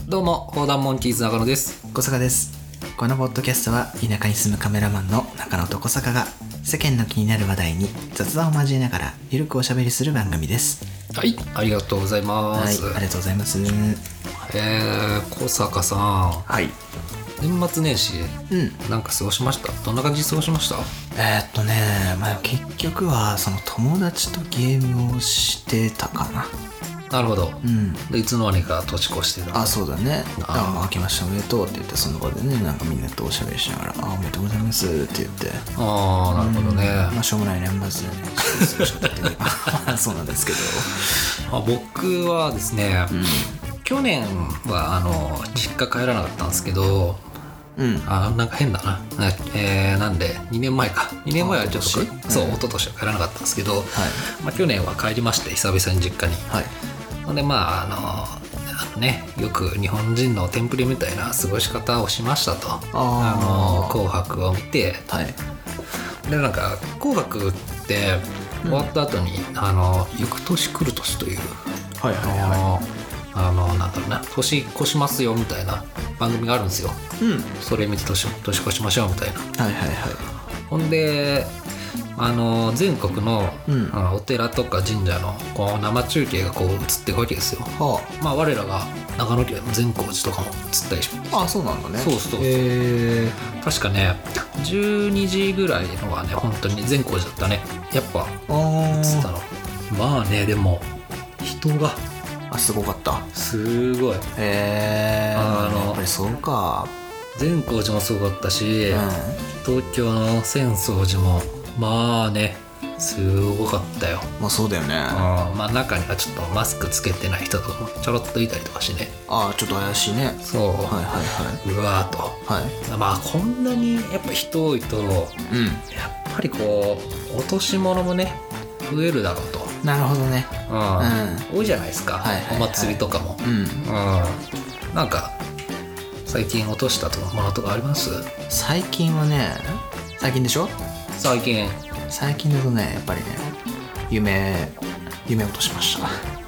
どうも砲弾モンキーズ中野です。 小坂です。このポッドキャストは田舎に住むカメラマンの中野と小坂が世間の気になる話題に雑談を交えながらゆるくおしゃべりする番組です。 はい、ありがとうございます。 はい、ありがとうございます。 小坂さん、 はい、 年末年始、なんか過ごしました？どんな感じで過ごしました？ 結局はその友達とゲームをしてたかな。 なるほど、でいつの間にか年越してた。 あ、そうだね。明けましておめでとうって言って、その場でね、なんかみんなとおしゃべりしながら、おめでとうございますって言って、 なるほどね。 しょうもない年末でねそうなんですけど、 僕はですね、去年は実家帰らなかったんですけど、なんか変だな、なんで2年前はちょっと一昨年は帰らなかったんですけど、去年は帰りまして、久々に実家に。でよく日本人のテンプレみたいな過ごし方をしましたと。紅白を見て、でなんか紅白って終わった後に、翌年来る年という、なんだろうな、年越しますよみたいな番組があるんですよ。それ見て年越しましょうみたいな。ほんで全国の、お寺とか神社のこう生中継がこう映っていくわけですよ。我らが長野県の善光寺とかも映ったりします。 あ、そうなんだね。 そう確かね12時ぐらいのはね、本当に善光寺だったね、やっぱ映ったの。でも人がすごかった。 すごい。 やっぱりそうか。 善光寺もすごかったし、東京の浅草寺もすごかったよ。 そうだよね。 中にはちょっとマスクつけてない人とかもちょろっといたりとかしてね。ちょっと怪しいね。そう。うわーと。こんなにやっぱ人多いと、やっぱりこう落とし物もね増えるだろうと。 なるほどね。 多いじゃないですか、お祭りとかも。なんか最近落としたものとかあります？ 最近はね、最近でしょ？最近だとね、やっぱりね、夢落としました。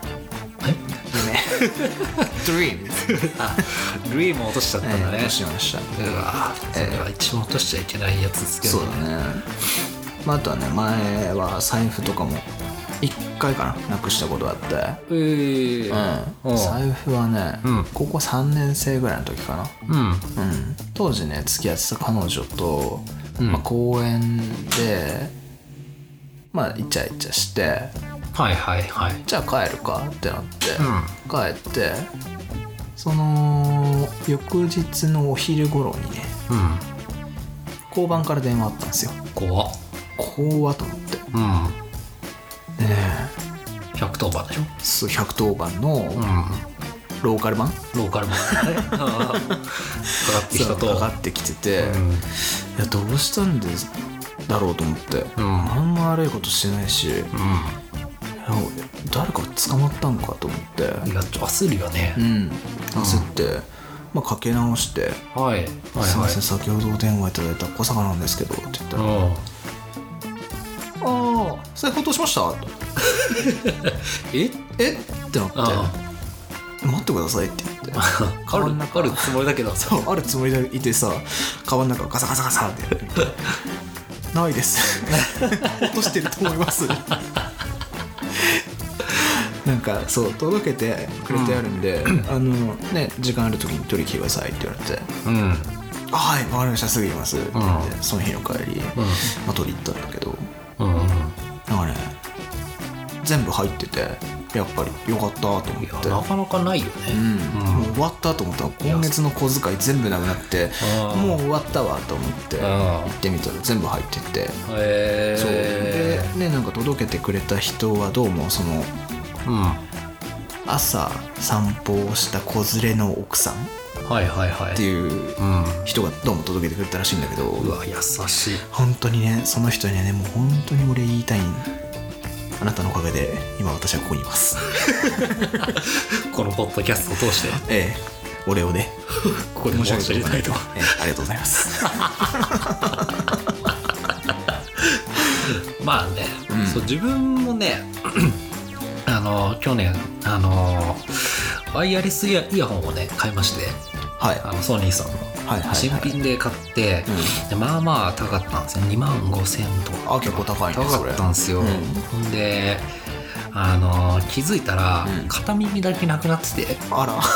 ドリームです。 ドリーム落としちゃったんだね。 落としました。 うわ、それは一番落としちゃいけないやつですけどね。 そうだね。あとはね、前は財布とかも1回かなくしたことあって、財布はね、高校3年生ぐらいの時かな。当時ね、付き合ってた彼女と、公園でイチャイチャして、じゃあ帰るかってなって、帰ってその翌日のお昼頃にね、交番から電話あったんですよ。怖っと思って、でね、 110番でしょ。 そう、110番のローカル版かかってきてて、いや、どうしたんだろうと思って、あんま悪いことしてないし、誰か捕まったのかと思って、 いや、焦るよね。 焦って、かけ直して、すいません、先ほどお電話いただいた小坂なんですけどって言ったら、財布落としましたとえってなって、待ってくださいって言って、 あるつもりだけど、 あるつもりでいてさ、カバンの中ガサガサガサってやってないです落としてると思いますなんかそう、届けてくれてあるんで、時間ある時に取り来てくださいって言われて、はい、分かりました、すぐ行きますって言って、その日の帰り、取り行ったんだけど、なんかね、全部入ってて、やっぱりよかったと思って。 なかなかないよね。 もう終わったと思ったら、今月の小遣い全部なくなって、もう終わったわと思って行ってみたら全部入ってて、そうでね、なんか届けてくれた人はどうもその、朝散歩をした子連れの奥さんっていう人がどうも届けてくれたらしいんだけど、 うわ、優しい。 本当にね、その人にはね、もう本当に俺言いたい、あなたのおかげで今私はここにいますこのポッドキャストを通して俺をねここで申し上げたいと、 ありがとうございますそう、自分もね去年ワイヤレスイヤホンをね買いまして、はい、ソニーさんの、はいはいはい、新品で買って、でまあまあ高かったんですよ。25,000とか。 結構高いね。 高かったんですよ。ほんで気づいたら片耳だけなくなってて、 あら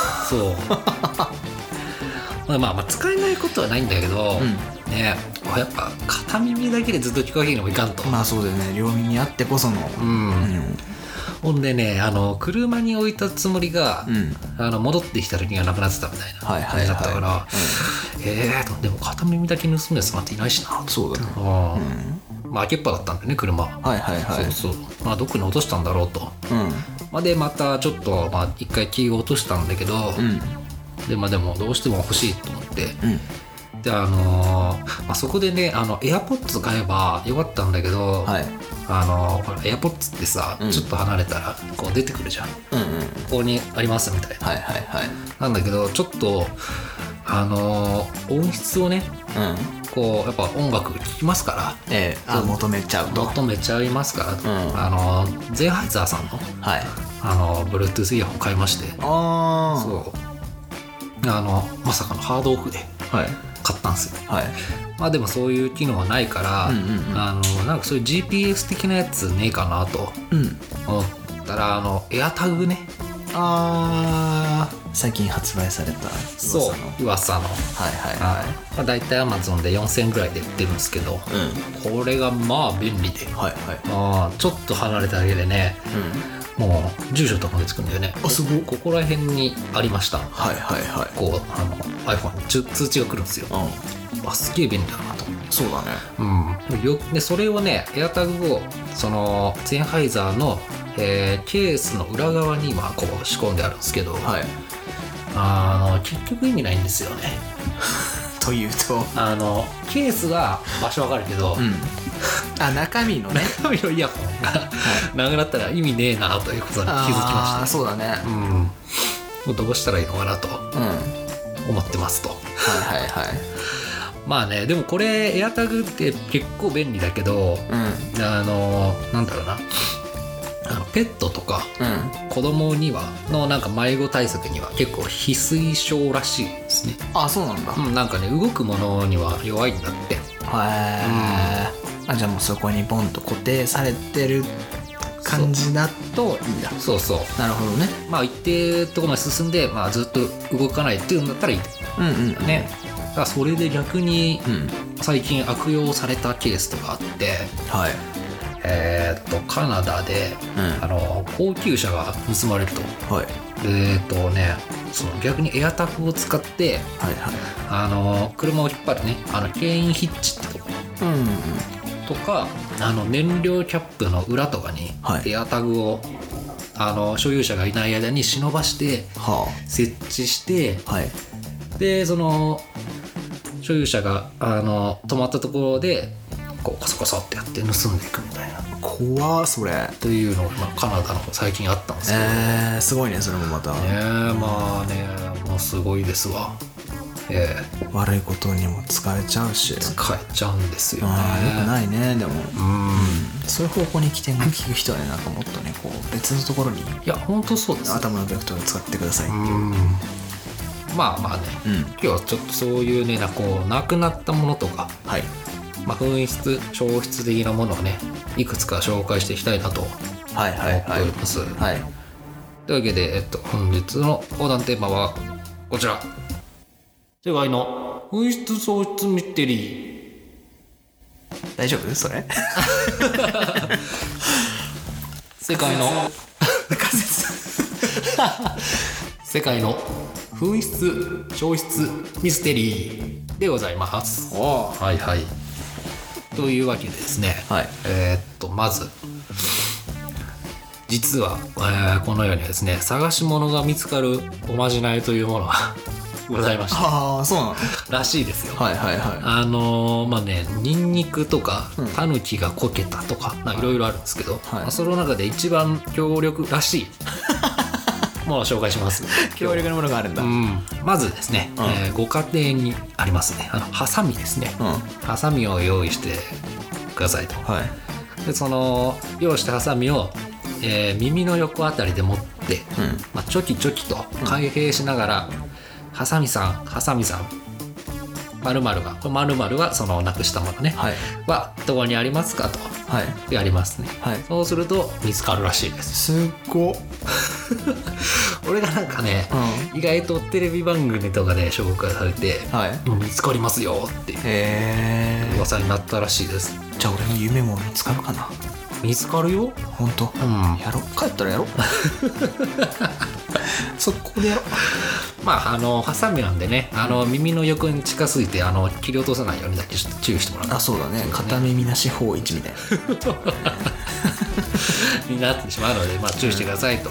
そうまあ使えないことはないんだけど、ね、やっぱ片耳だけでずっと聞くわけにもいかんと。 まあそうだよね、両耳あってこその。 ほんでね、車に置いたつもりが、戻ってきた時にはなくなってたみたいな感じだったから、でも片耳だけ盗むやつなんていないしな。 そうだね。 まあ開けっぱだったんだよね、車。そうまあどっかに落としたんだろうと。でまたちょっと一回キーを落としたんだけど、でもどうしても欲しいと思って、でそこでねAirPods 買えばよかったんだけど、AirPods ってさ、ちょっと離れたらこう出てくるじゃん、ここにありますみたいな、なんだけどちょっと音質をね、こうやっぱ音楽聴きますから、 求めちゃいますから、ゼンハイザーさんの、Bluetooth イヤホン買いまして、まさかのハードオフで買ったんですよ。でもそういう機能はないから、なんかそういう GPS 的なやつねえかなと思ったら、AirTag ね、 最近発売された噂のだいたい Amazon で4,000円ぐらいで売ってるんですけど、これがまあ便利で、ちょっと離れただけでね、もう住所とかでつくんだよね。 すごい。 ここら辺にありました。こうiPhone に通知が来るんですよ。すげえ便利だなと。 そうだね。 でそれをね、AirTag をそのゼンハイザーの、ケースの裏側に今こう仕込んであるんですけど、結局意味ないんですよね。 というとケースは場所わかるけど、 中身のイヤホンがなくなったら意味ねえなということに気づきました。 そうだね。 どうしたらいいのかなと思ってますと。まあね、でもこれ AirTag って結構便利だけど、なんだろうな、ペットとか子供にはのなんか迷子対策には結構非推奨らしいですね。 そうなんだ。 なんかね、動くものには弱いんだって。 じゃあもうそこにボンと固定されてる感じだといいんだ。 そうなるほどね。 一定ところまで進んで、ずっと動かないっていうんだったらいいね。だからそれで逆に最近悪用されたケースとかあって、カナダで、高級車が盗まれると。その逆にエアタグを使って、車を引っ張るね、牽引ヒッチってとこ、とか燃料キャップの裏とかにエアタグを所有者がいない間に忍ばして設置して、でその所有者が止まったところでこうコソコソってやって盗んでいくみたいな。 怖それというのがカナダの最近あったんですけど、 すごいね。それもまたもうすごいですわ。 悪いことにも使えちゃうし。 使えちゃうんですよね。 よくないね。でもそういう方向に起点が効く人はね、なんかもっとね、こう別のところに、 本当そうです、 頭のベクトルを使ってくださいっていう。 まあね、今日はちょっとそういうね、こうなくなったものとか、紛失消失的なものをね、いくつか紹介していきたいなと思っております。というわけで、本日の横断テーマはこちら。世界の紛失喪失ミステリー。大丈夫それ世界の世界の紛失消失ミステリーでございます。というわけでですね、まず実は、このようにですね、探し物が見つかるおまじないというものがございました。 そうなのらしいですよ。ニンニクとかタヌキがこけたとかいろいろあるんですけど、その中で一番強力らしいものを紹介します。 強力なものがあるんだ。 まずですね、ご家庭にありますね、ハサミですね。ハサミを用意してくださいと。でその用意したハサミを耳の横あたりで持って、チョキチョキと開閉しながら、ハサミさん〇〇が、これ〇〇はそのなくしたものね、はどこにありますかとやりますね、そうすると見つかるらしいです。 すっご俺がなんかね、意外とテレビ番組とかで紹介されて、もう見つかりますよって噂になったらしいです。 じゃあ俺の夢も見つかるかな。 見つかるよ。 本当。やろ。帰ったらやろ。速攻でやろ。 ハサミなんでね、耳の横に近づいて切り落とさないようにだけちょっと注意してもらう。 そうだね。片耳なし法一みたいなになってしまうので、注意してくださいと。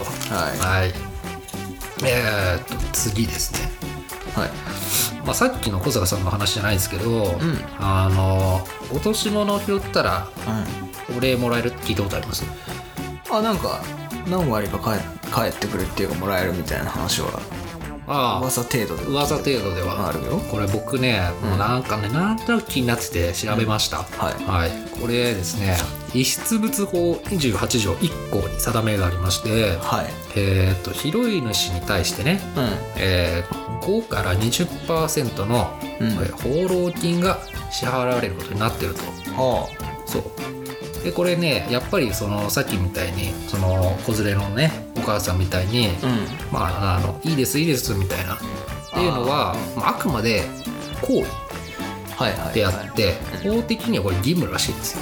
次ですね。さっきの小坂さんの話じゃないですけど、落とし物を拾ったらお礼もらえるって聞いたことあります？ なんか何割か返ってくるっていうかもらえるみたいな話は噂程度ではあるよ。これ僕ね、もうなんかね、なんとなく気になってて調べました。これですね、遺失物法28条1項に定めがありまして、拾い主に対してね、5から 20% の放浪金が支払われることになってると。そうでこれね、やっぱりそのさっきみたいにその子連れのねお母さんみたいに、いいですいいですみたいなっていうのは、あくまで行為であって、法的にはこれ義務らしいんですよ。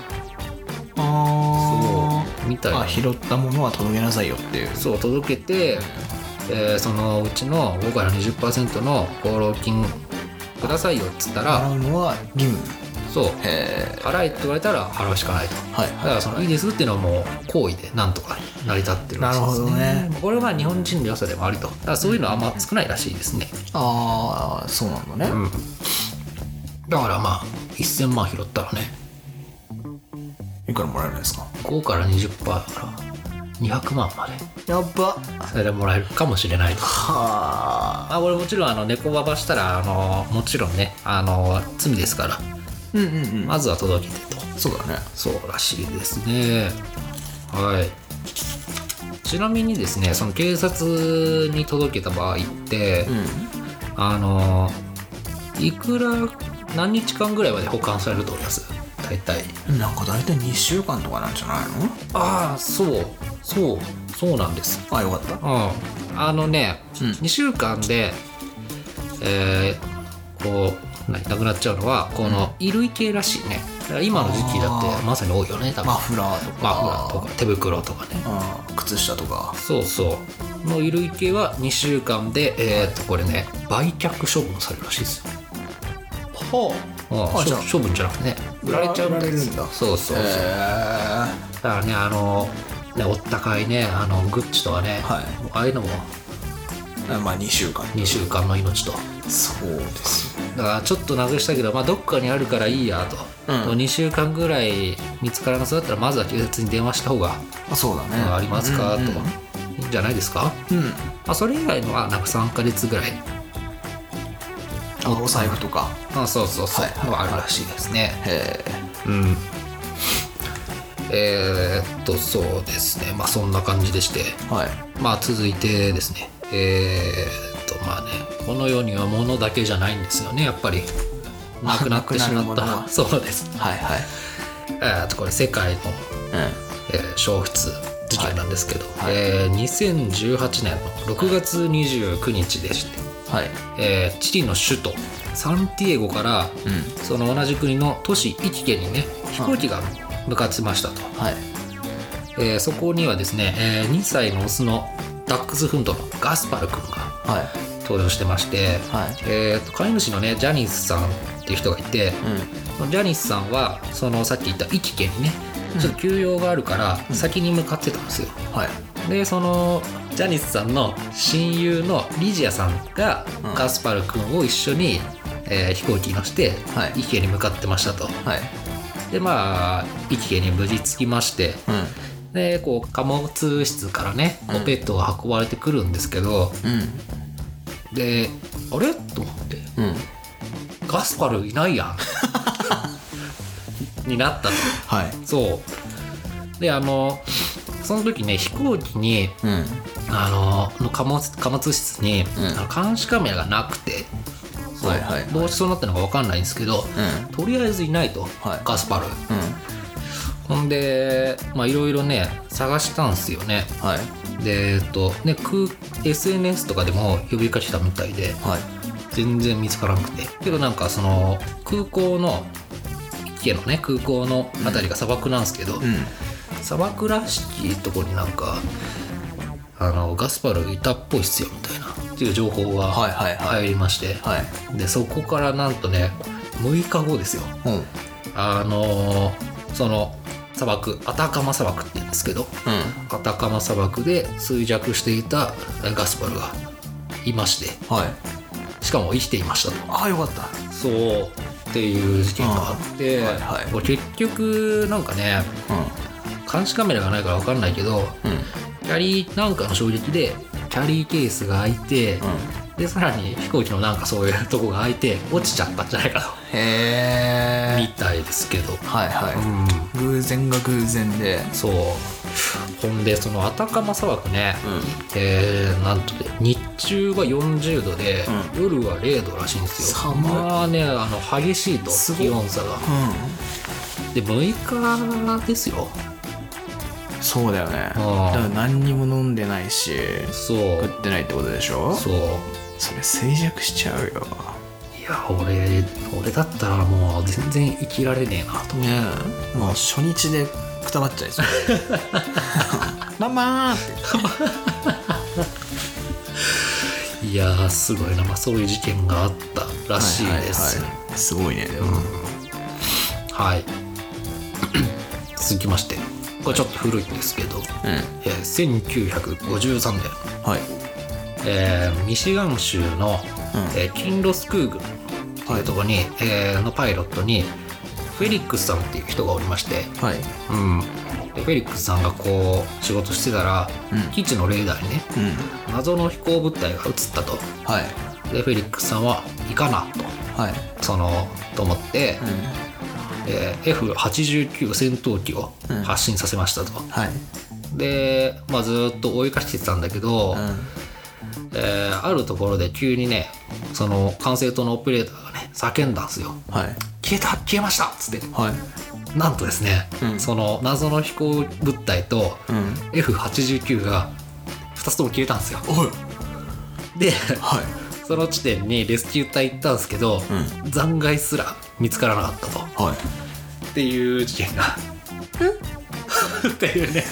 そうみたいな。 拾ったものは届けなさいよっていう。 そう届けて、そのうちの5から 20% の放浪金くださいよっつったら、 払うのは義務。 そう払えって言われたら払うしかないと。だからそのいいですっていうのはもう行為でなんとか成り立ってるらしいですね。なるほどね。これは日本人の良さでもあると。だからそういうのはあんま少ないらしいですね。 そうなんだね。 だから1000万拾ったらね、 いくらもらえるんですか ？5から 20% だから200万まで。 やっば。 それでもらえるかもしれないと。これもちろん猫ババしたらもちろんね罪ですから、まずは届けてと。 そうだね。 そうらしいですね。ちなみにですね、その警察に届けた場合って、いくら何日間ぐらいまで保管されると思います？大体 2週間とかなんじゃないの？ そうなんです。 よかった。 2週間でなくなっちゃうのはこの衣類系らしいね。だから今の時期だってまさに多いよね。多分マフラーとか手袋とかね、 靴下とか。 そうの衣類系は2週間でこれね売却処分されるらしいですよ。処分じゃなくてね、売られちゃうんですよ。そうだからね、おったかいねグッチとかね、ああいうのも 2週間の命と。 そうですよ。 だからちょっとなくしたけど、どっかにあるからいいやと、2週間ぐらい見つからなそうだったらまずは警察に電話した方がそうだね、 ありますか、といいんじゃないですか。それ以外のはなんか3ヶ月ぐらいお財布とかそうあるらしいですね。そうですね。そんな感じでして、続いてですね、この世には物だけじゃないんですよね。やっぱりなくなってしまったそうです。これ世界の、消失事件なんですけど、2018年の6月29日でして、チリの首都サンティエゴから、その同じ国の都市イキケにね飛行機が向かってましたと。そこにはですね、2歳のオスのダックスフントのガスパル君が登場してまして、飼い主のねジャニスさんっていう人がいて、ジャニスさんはそのさっき言ったイキケにねちょっと休養があるから先に向かってたんですよ。でそのジャニスさんの親友のリジアさんがガスパル君を一緒に、飛行機に乗せてイキケに向かってましたと。でイキケに無事着きまして、で貨物室からねペットが運ばれてくるんですけど、であれと思って、ガスパルいないやんになったと。そうでその時ね飛行機に、の貨物室に、監視カメラがなくて、どうしてそうなったのか分かんないんですけど、とりあえずいないと、ガスパル、ほんでいろいろね探したんすよね、でSNS とかでも呼びかけたみたいで、全然見つからなくて、けどなんかその空港の池のね空港のあたりが砂漠なんですけど、砂漠らしきところになんかガスパルいたっぽいっすよみたいなっていう情報が入りまして、でそこからなんとね6日後ですよ、その砂漠アタカマ砂漠って言うんですけど、アタカマ砂漠で衰弱していたガスパルがいまして、しかも生きていましたと。 よかった。 そうっていう事件があって、結局なんかね、監視カメラがないから分かんないけど、キャリーなんかの衝撃でキャリーケースが開いて、でさらに飛行機のなんかそういうとこが開いて落ちちゃったんじゃないかと。みたいですけど、 偶然が偶然で、 そうほんでそのアタカマ砂漠ね、なんとで日中は40度で、夜は0度らしいんですよ。まあね激しいと気温差が、で6日ですよ。 そうだよね。だから何にも飲んでないし食ってないってことでしょ。それ衰弱しちゃうよ。 いや俺だったらもう全然生きられねえなとね。 もう初日でくたばっちゃいそうママーっていやすごいな、そういう事件があったらしいです。 すごいねでも、 続きましてこれちょっと古いんですけど、1953年、ミシガン州の、キンロスクーグっていうところに、のパイロットにフェリックスさんっていう人がおりまして、でフェリックスさんがこう仕事してたら、基地のレーダーにね、謎の飛行物体が映ったと、でフェリックスさんはいかなと、と思って、F89 戦闘機を発進させましたと、で、ずっと追いかけてたんだけど、あるところで急にねその管制塔のオペレーターがね叫んだんですよ、消えましたっつって、なんとですね、その謎の飛行物体と、F89 が2つとも消えたんですよ。で、その地点にレスキュー隊行ったんですけど、残骸すら見つからなかったと、っていう事件がっていうね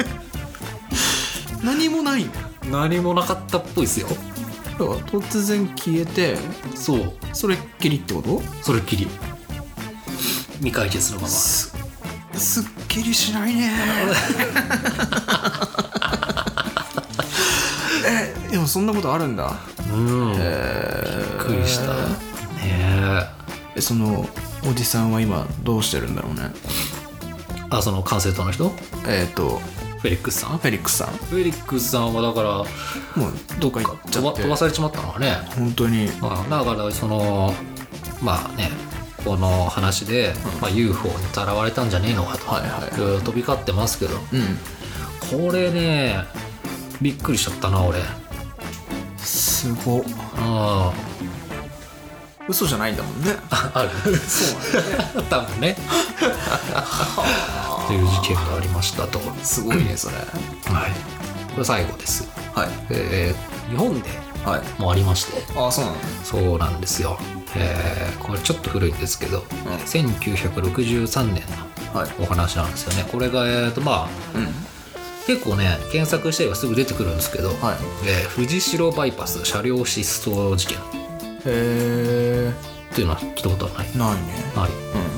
何もないんだ。 何もなかったっぽいですよ。 突然消えて、それっきりってこと？ それっきり未解決のまま。 すっきりしないねでもそんなことあるんだ。 びっくりしたね。 そのおじさんは今どうしてるんだろうね。 その管制塔の人？フェリックスさん？フェリックスさんはだからもうどっか行っちゃって飛ばされちまったのかね。 本当に。 だからそのこの話で、UFO にさらわれたんじゃねえのかと、飛び交ってますけど、これねびっくりしちゃったな俺。 すごっ。嘘じゃないんだもんね。 あるそうなんだね多分ねという事件がありましたと。 すごいねそれ。 これ最後です。日本でもありまして。そうなんですよ。これちょっと古いんですけど、1963年のお話なんですよね。これが結構ね検索してればすぐ出てくるんですけど、藤代バイパス車両失踪事件っていうのは聞いたことはない？ ないね。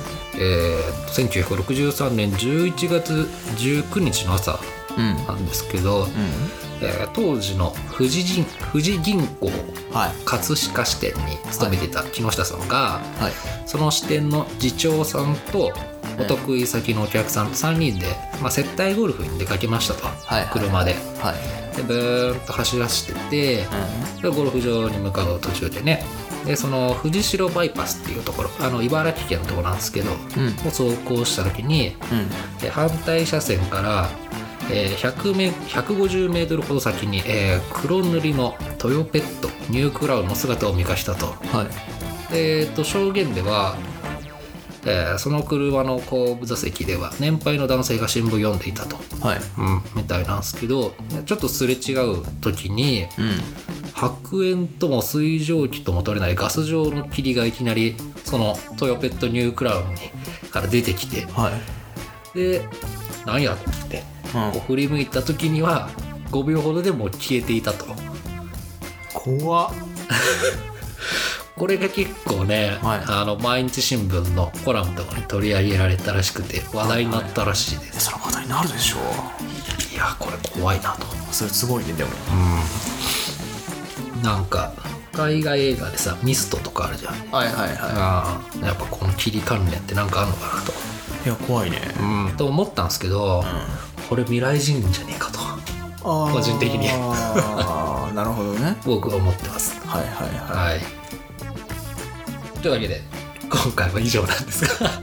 1963年11月19日の朝なんですけど、当時の富士銀行、葛飾支店に勤めていた木下さんが、その支店の次長さんとお得意先のお客さんと3人で、接待ゴルフに出かけましたと、車で。でブーンと走らせてて、でゴルフ場に向かう途中でね、でその藤代バイパスっていうところ、茨城県のところなんですけど、を走行した時に、反対車線から、 150メートルほど先に、黒塗りのトヨペットニュークラウンの姿を見かしたと、はい、証言では、その車の後部座席では年配の男性が新聞読んでいたと、はい、みたいなんですけど、ちょっとすれ違う時に、白煙とも水蒸気とも取れないガス状の霧がいきなりそのトヨペットニュークラウンから出てきて、はい、で何やって、こう振り向いた時には5秒ほどでもう消えていたと。 怖っこれが結構ね、はい、毎日新聞のコラムとかに取り上げられたらしくて話題になったらしいです、 それ話題になるでしょう。いやこれ怖いなと。 それすごいね。でも、 なんか海外映画でさミストとかあるじゃん。はいはいはい。やっぱこの霧関連ってなんかあるのかなと。 いや怖いね、 と思ったんですけど、これ未来人じゃねえかと個人的になるほどね。 僕は思ってます。はいはいはい、はい、というわけで今回は以上なんですがい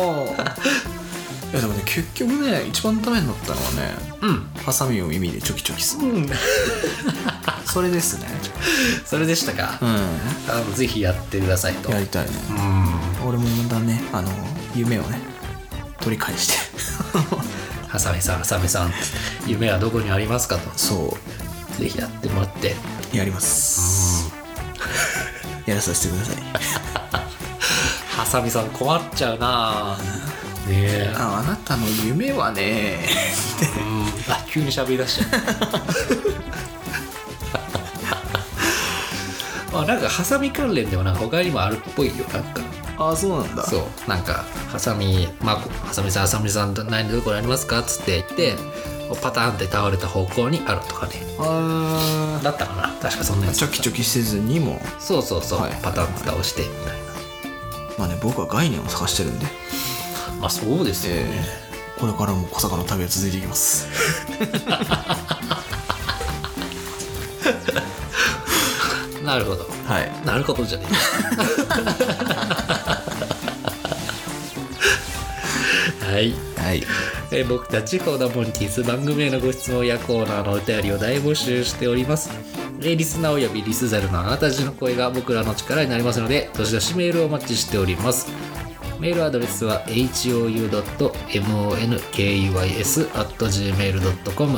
やでもね結局ね一番ためになったのはね、ハサミを耳でチョキチョキする、それですね。 それでしたか。ぜひやってくださいと。 やりたいね。俺もまたね夢をね取り返してハサミさんハサミさん夢はどこにありますかと。そうぜひやってもらって。 やります。やらさせてくださいハサミさん困っちゃうな、ね、 あなたの夢はね急に喋り出しちゃうなんかハサミ関連ではなんか他にもあるっぽいよ。なんかそうなんだ。 そうなんかハサミハサミさんハサミさん何どこにありますかっつって言ってパターンって倒れた方向にあるとかね。だったかな確かそんなやつ。 チョキチョキせずにもそう、はい、パターン倒してみたいな。 まあね僕は概念を探してるんで。 まあそうですよね、 これからも小坂の旅は続いていきますなるほど、はい、なるほどじゃねえはいはい、僕たちコーダモンキーズ番組へのご質問やコーナーのお便りを大募集しております。リスナーおよびリスザルのあなたたちの声が僕らの力になりますのでどしどしメールをお待ちしております。メールアドレスは hou.monkeys@gmail.com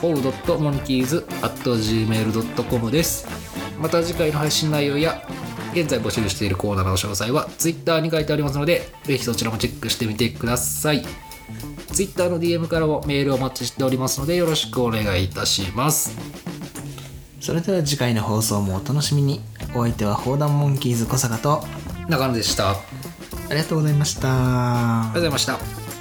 hou.monkeys@gmail.com です。また次回の配信内容や現在募集しているコーナーの詳細は Twitter に書いてありますのでぜひそちらもチェックしてみてください。 Twitter の DM からもメールをお待ちしておりますのでよろしくお願いいたします。 それでは次回の放送もお楽しみに。お相手は砲弾モンキーズ小坂と中野でした。 ありがとうございました。 ありがとうございました。